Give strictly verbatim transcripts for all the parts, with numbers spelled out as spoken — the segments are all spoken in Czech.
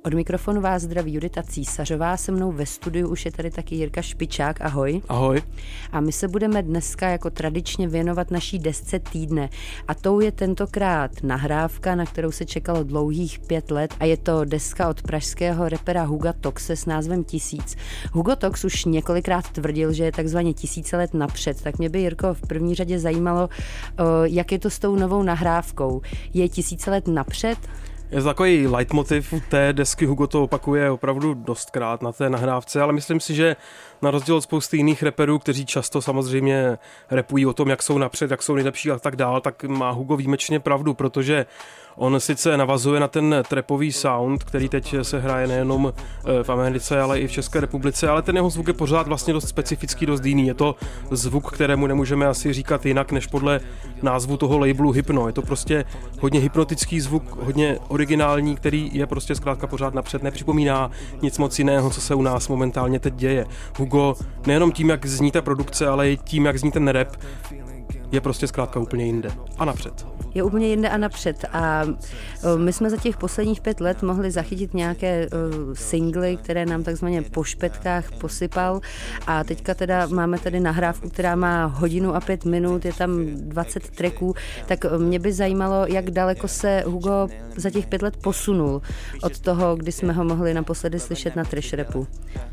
Od mikrofonu vás zdraví Judita Císařová, se mnou ve studiu už je tady taky Jirka Špičák, ahoj. Ahoj. A my se budeme dneska jako tradičně věnovat naší desce týdne a tou je tentokrát nahrávka, na kterou se čekalo dlouhých pět let a je to deska od pražského rapera Huga Toxe s názvem Tisíc. Hugo Tox už několikrát tvrdil, že je takzvaně tisíce let napřed, tak mě by, Jirko, v první řadě zajímalo, jak je to s tou novou nahrávkou. Je tisíce let napřed? Je to takový leitmotiv té desky, Hugo to opakuje opravdu dostkrát na té nahrávce, ale myslím si, že na rozdíl od spousty jiných raperů, kteří často samozřejmě rapují o tom, jak jsou napřed, jak jsou nejlepší a tak dál, tak má Hugo výjimečně pravdu, protože on sice navazuje na ten trapový sound, který teď se hraje nejenom v Americe, ale i v České republice, ale ten jeho zvuk je pořád vlastně dost specifický, dost jiný. Je to zvuk, kterému nemůžeme asi říkat jinak, než podle názvu toho labelu Hypno. Je to prostě hodně hypnotický zvuk, hodně originální, který je prostě zkrátka pořád napřed, nepřipomíná nic moc jiného, co se u nás momentálně teď děje. Hugo nejenom tím, jak zní ta produkce, ale i tím, jak zní ten rap, je prostě zkrátka úplně jinde a napřed. Je úplně jinde a napřed a my jsme za těch posledních pět let mohli zachytit nějaké uh, singly, které nám takzvaně po špetkách posypal a teďka teda máme tady nahrávku, která má hodinu a pět minut, je tam dvacet tracků, tak mě by zajímalo, jak daleko se Hugo za těch pět let posunul od toho, kdy jsme ho mohli naposledy slyšet na trash rapu.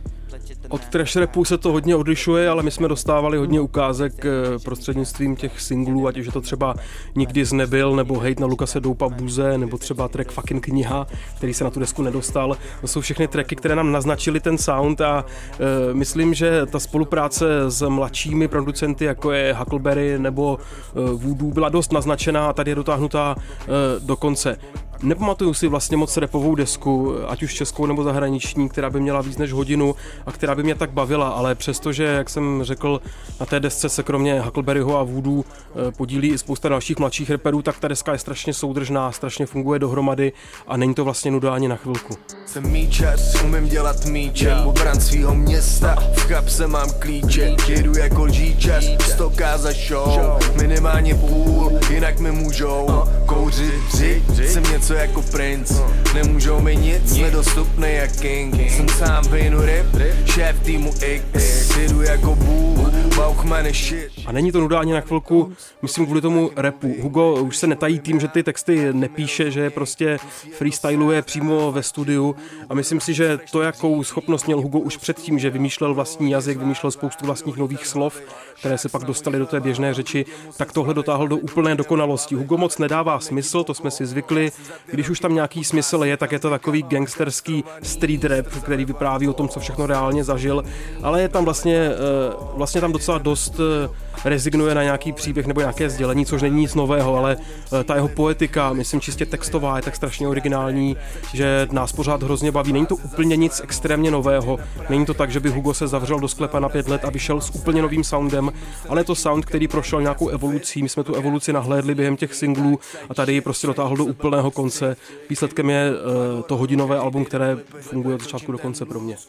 Od trash rapu se to hodně odlišuje, ale my jsme dostávali hodně ukázek prostřednictvím těch singlů, ať už je to třeba Nikdy z nebyl, nebo Hejt na Lukase Doupa Buze, nebo třeba track Fucking Kniha, který se na tu desku nedostal. To jsou všechny tracky, které nám naznačily ten sound a e, myslím, že ta spolupráce s mladšími producenty, jako je Huckleberry nebo e, Voodoo, byla dost naznačená a tady je dotáhnutá e, do konce. Nepamatuju si vlastně moc rapovou desku, ať už českou nebo zahraniční, která by měla víc než hodinu a která by mě tak bavila, ale přestože, jak jsem řekl, na té desce se kromě Huckleberryho a Voodoo podílí i spousta dalších mladších raperů, tak ta deska je strašně soudržná, strašně funguje dohromady a není to vlastně nuda ani na chvilku. Jsem míčař, umím dělat míče, obran svýho města, v kapse mám klíče, jedu jako lžíčař, stoká za show, minimálně půl, jinak mi můžou kouřit, dřít, jsem něco jako princ, nemůžou mi nic, nedostupný jak king, jsem sám vyjnu rap, šéf týmu X, jedu jako Bůh, Bauchman je shit. A není to nuda ani na chvilku, myslím kvůli tomu rapu. Hugo už se netají tím, že ty texty nepíše, že je prostě freestyluje přímo ve studiu a myslím si, že to, jakou schopnost měl Hugo už předtím, že vymýšlel vlastní jazyk, vymýšlel spoustu vlastních nových slov, které se pak dostaly do té běžné řeči, tak tohle dotáhl do úplné dokonalosti. Hugo moc nedává smysl, to jsme si zvykli. Když už tam nějaký smysl je, tak je to takový gangsterský street rap, který vypráví o tom, co všechno reálně zažil, ale je tam vlastně, vlastně tam docela dost rezignuje na nějaký příběh nebo nějaké sdělení, což není nic nového, ale ta jeho poetika, myslím čistě textová, je tak strašně originální, že nás pořád hrozně baví. Není to úplně nic extrémně nového, není to tak, že by Hugo se zavřel do sklepa na pět let a vyšel s úplně novým soundem, ale je to sound, který prošel nějakou evolucí, my jsme tu evoluci nahlédli během těch singlů a tady ji prostě dotáhl do úplného konce. Výsledkem je uh, to hodinové album, které funguje od začátku do konce pro mě.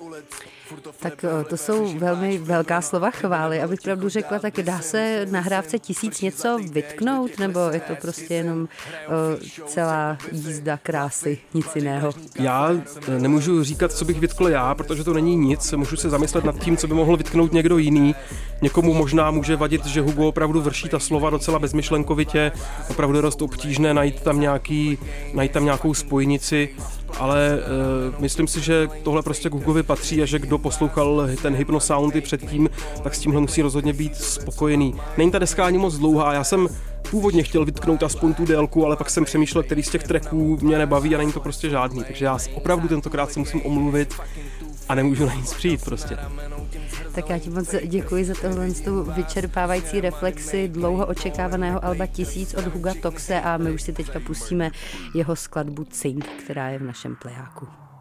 Tak to jsou velmi velká slova chvály, abych pravdu řekla, tak dá se nahrávce Tisíc něco vytknout, nebo je to prostě jenom o, celá jízda krásy, nic jiného? Já nemůžu říkat, co bych vytkl já, protože to není nic, můžu se zamyslet nad tím, co by mohl vytknout někdo jiný. Někomu možná může vadit, že Hugo opravdu vrší ta slova docela bezmyšlenkovitě, opravdu dost obtížné najít tam, nějaký, najít tam nějakou spojnici, ale uh, myslím si, že tohle prostě k Hugovi patří a že kdo poslouchal ten Hypno sound i předtím, tak s tímhle musí rozhodně být spokojený. Není ta deska ani moc dlouhá, já jsem původně chtěl vytknout aspoň tu délku, ale pak jsem přemýšlel, který z těch tracků mě nebaví a není to prostě žádný, takže já opravdu tentokrát se musím omluvit a nemůžu na nic přijít prostě. Tak já ti moc děkuji za tohle vyčerpávající reflexi dlouho očekávaného alba Tisíc od Huga Toxe a my už si teďka pustíme jeho skladbu Cink, která je v našem plejáku.